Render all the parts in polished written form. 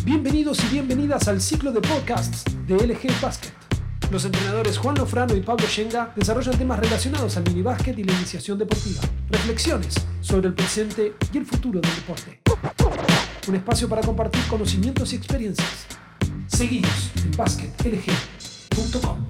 Bienvenidos y bienvenidas al ciclo de podcasts de LG Basket. Los entrenadores Juan Lofrano y Pablo Yenga desarrollan temas relacionados al minibásquet y la iniciación deportiva. Reflexiones sobre el presente y el futuro del deporte. Un espacio para compartir conocimientos y experiencias. Seguidos en basketlg.com.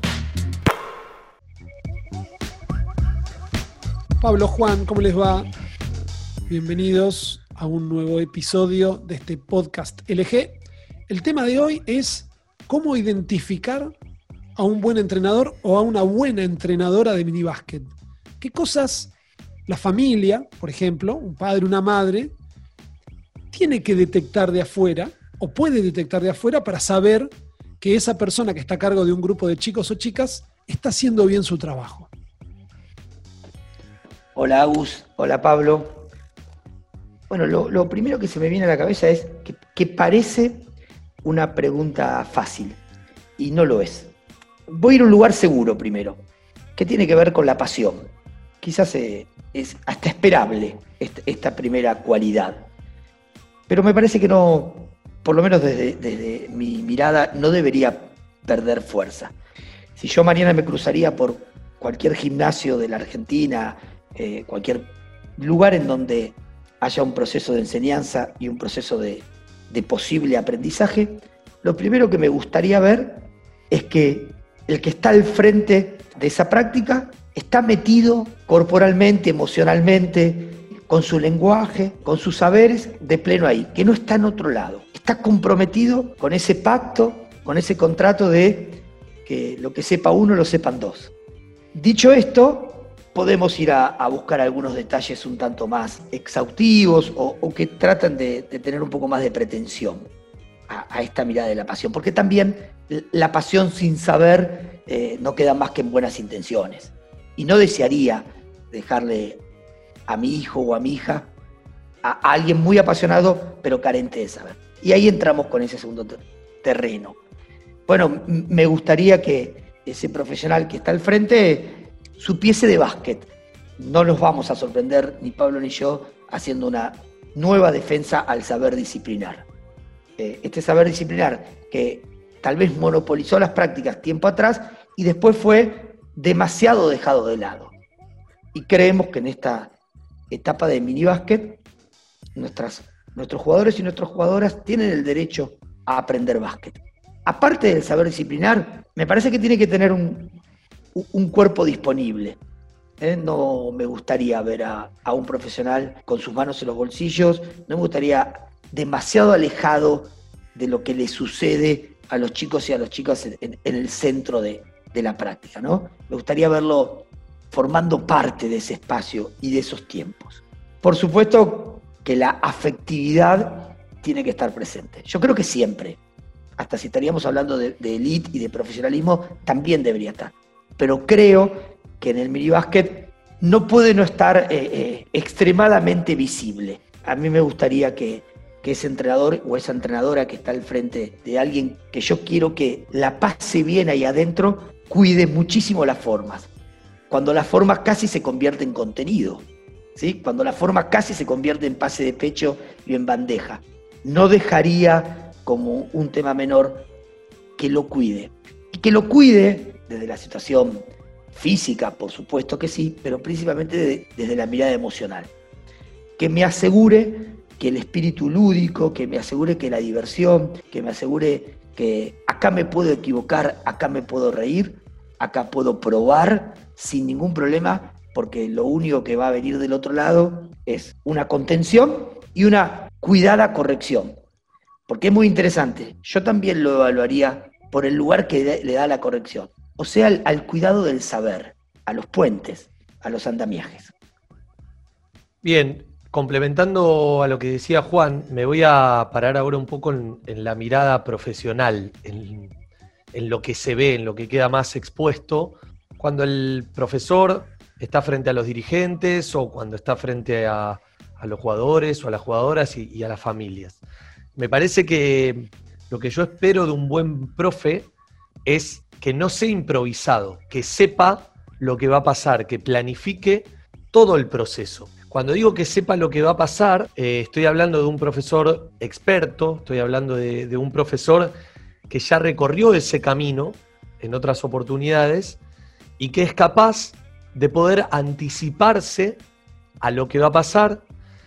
Pablo, Juan, ¿cómo les va? Bienvenidos a un nuevo episodio de este podcast LG. El tema de hoy es cómo identificar a un buen entrenador o a una buena entrenadora de minibásquet. ¿Qué cosas la familia, por ejemplo, un padre, una madre, tiene que detectar de afuera o puede detectar de afuera para saber que esa persona que está a cargo de un grupo de chicos o chicas está haciendo bien su trabajo? Hola Agus, hola Pablo. Bueno, lo primero que se me viene a la cabeza es que parece una pregunta fácil y no lo es. Voy a ir a un lugar seguro primero, que tiene que ver con la pasión. Quizás es hasta esperable esta primera cualidad, pero me parece que no, por lo menos desde mi mirada, no debería perder fuerza. Si yo mañana me cruzaría por cualquier gimnasio de la Argentina, cualquier lugar en donde haya un proceso de enseñanza y un proceso de posible aprendizaje, lo primero que me gustaría ver es que el que está al frente de esa práctica está metido corporalmente, emocionalmente, con su lenguaje, con sus saberes, de pleno ahí, que no está en otro lado. Está comprometido con ese pacto, con ese contrato de que lo que sepa uno lo sepan dos. Dicho esto, podemos ir a buscar algunos detalles un tanto más exhaustivos o que tratan de tener un poco más de pretensión a esta mirada de la pasión, porque también la pasión sin saber no queda más que en buenas intenciones. Y no desearía dejarle a mi hijo o a mi hija a alguien muy apasionado pero carente de saber. Y ahí entramos con ese segundo terreno. Bueno, me gustaría que ese profesional que está al frente supiese de básquet. No nos vamos a sorprender, ni Pablo ni yo, haciendo una nueva defensa al saber disciplinar. Este saber disciplinar que tal vez monopolizó las prácticas tiempo atrás y después fue demasiado dejado de lado. Y creemos que en esta etapa de minibásquet, nuestros jugadores y nuestras jugadoras tienen el derecho a aprender básquet. Aparte del saber disciplinar, me parece que tiene que tener un cuerpo disponible. No me gustaría ver a un profesional con sus manos en los bolsillos, no me gustaría demasiado alejado de lo que le sucede a los chicos y a las chicas en el centro de la práctica, ¿no? Me gustaría verlo formando parte de ese espacio y de esos tiempos. Por supuesto que la afectividad tiene que estar presente. Yo creo que siempre, hasta si estaríamos hablando de elite y de profesionalismo, también debería estar. Pero creo que en el minibásquet no puede no estar extremadamente visible. A mí me gustaría que ese entrenador o esa entrenadora que está al frente de alguien que yo quiero que la pase bien ahí adentro, cuide muchísimo las formas. Cuando las formas casi se convierten en contenido, ¿sí? Cuando la forma casi se convierte en pase de pecho y en bandeja. No dejaría como un tema menor que lo cuide. Y que lo cuide desde la situación física, por supuesto que sí, pero principalmente desde la mirada emocional. Que me asegure que el espíritu lúdico, que me asegure que la diversión, que me asegure que acá me puedo equivocar, acá me puedo reír, acá puedo probar sin ningún problema, porque lo único que va a venir del otro lado es una contención y una cuidada corrección. Porque es muy interesante, yo también lo evaluaría por el lugar que le da la corrección. O sea, al cuidado del saber, a los puentes, a los andamiajes. Bien, complementando a lo que decía Juan, me voy a parar ahora un poco en la mirada profesional, en lo que se ve, en lo que queda más expuesto, cuando el profesor está frente a los dirigentes o cuando está frente a los jugadores o a las jugadoras y a las familias. Me parece que lo que yo espero de un buen profe es que no sea improvisado, que sepa lo que va a pasar, que planifique todo el proceso. Cuando digo que sepa lo que va a pasar, estoy hablando de un profesor experto, estoy hablando de un profesor que ya recorrió ese camino en otras oportunidades y que es capaz de poder anticiparse a lo que va a pasar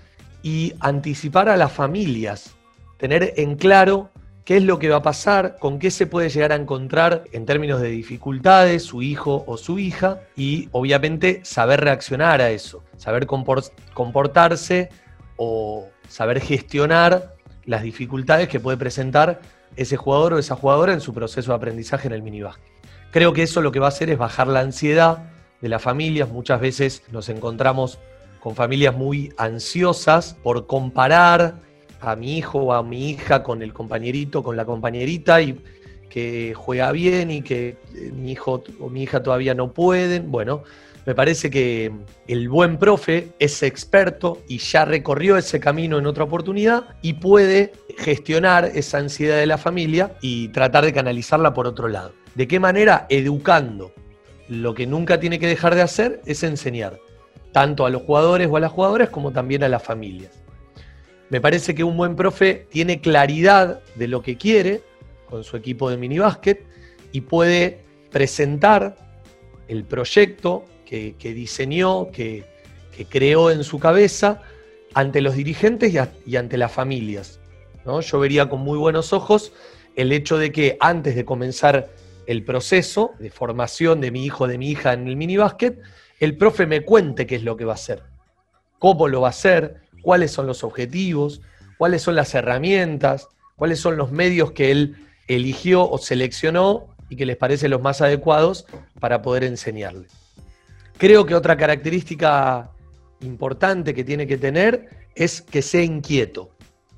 y anticipar a las familias, tener en claro qué es lo que va a pasar, con qué se puede llegar a encontrar en términos de dificultades su hijo o su hija y obviamente saber reaccionar a eso, saber comportarse o saber gestionar las dificultades que puede presentar ese jugador o esa jugadora en su proceso de aprendizaje en el minibásquet. Creo que eso lo que va a hacer es bajar la ansiedad de las familias. Muchas veces nos encontramos con familias muy ansiosas por comparar a mi hijo o a mi hija con el compañerito, con la compañerita, y que juega bien y que mi hijo o mi hija todavía no pueden. Bueno, me parece que el buen profe es experto y ya recorrió ese camino en otra oportunidad y puede gestionar esa ansiedad de la familia y tratar de canalizarla por otro lado. ¿De qué manera? Educando. Lo que nunca tiene que dejar de hacer es enseñar, tanto a los jugadores o a las jugadoras como también a las familias. Me parece que un buen profe tiene claridad de lo que quiere con su equipo de minibásquet y puede presentar el proyecto que diseñó, que creó en su cabeza ante los dirigentes y ante las familias, ¿no? Yo vería con muy buenos ojos el hecho de que antes de comenzar el proceso de formación de mi hijo o de mi hija en el minibásquet, el profe me cuente qué es lo que va a hacer, cómo lo va a hacer, cuáles son los objetivos, cuáles son las herramientas, cuáles son los medios que él eligió o seleccionó y que les parecen los más adecuados para poder enseñarle. Creo que otra característica importante que tiene que tener es que sea inquieto,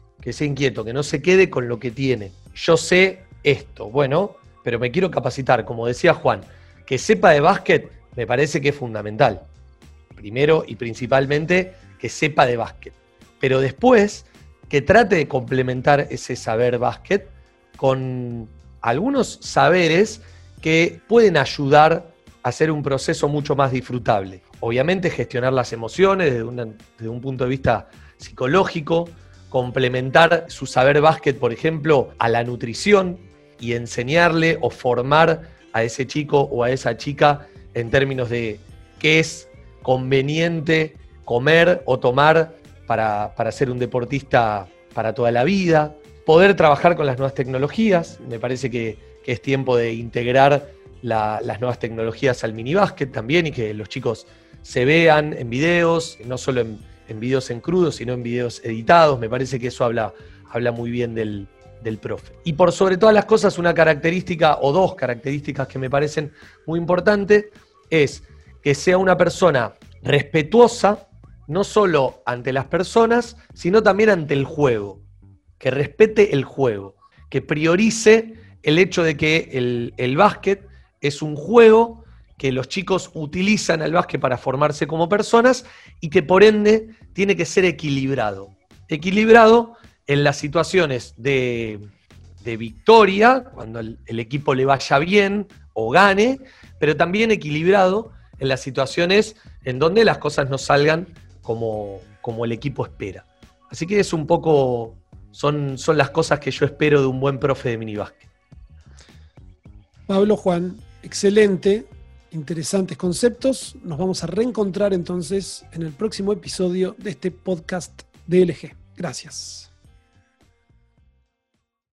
que no se quede con lo que tiene. Yo sé esto, bueno, pero me quiero capacitar, como decía Juan, que sepa de básquet me parece que es fundamental. Primero y principalmente que sepa de básquet, pero después que trate de complementar ese saber básquet con algunos saberes que pueden ayudar a hacer un proceso mucho más disfrutable. Obviamente gestionar las emociones desde un punto de vista psicológico, complementar su saber básquet, por ejemplo, a la nutrición y enseñarle o formar a ese chico o a esa chica en términos de qué es conveniente comer o tomar para ser un deportista para toda la vida. Poder trabajar con las nuevas tecnologías, me parece que es tiempo de integrar las nuevas tecnologías al minibásquet también y que los chicos se vean en videos, no solo en videos en crudo, sino en videos editados. Me parece que eso habla muy bien del profe. Y por sobre todas las cosas, una característica o dos características que me parecen muy importantes es que sea una persona respetuosa, no solo ante las personas, sino también ante el juego, que respete el juego, que priorice el hecho de que el básquet es un juego, que los chicos utilizan el básquet para formarse como personas y que por ende tiene que ser equilibrado. Equilibrado en las situaciones de victoria, cuando el equipo le vaya bien o gane, pero también equilibrado en las situaciones en donde las cosas no salgan como el equipo espera. Así que es un poco, son las cosas que yo espero de un buen profe de minibásquet. Pablo, Juan, excelente, interesantes conceptos. Nos vamos a reencontrar entonces en el próximo episodio de este podcast DLG. Gracias.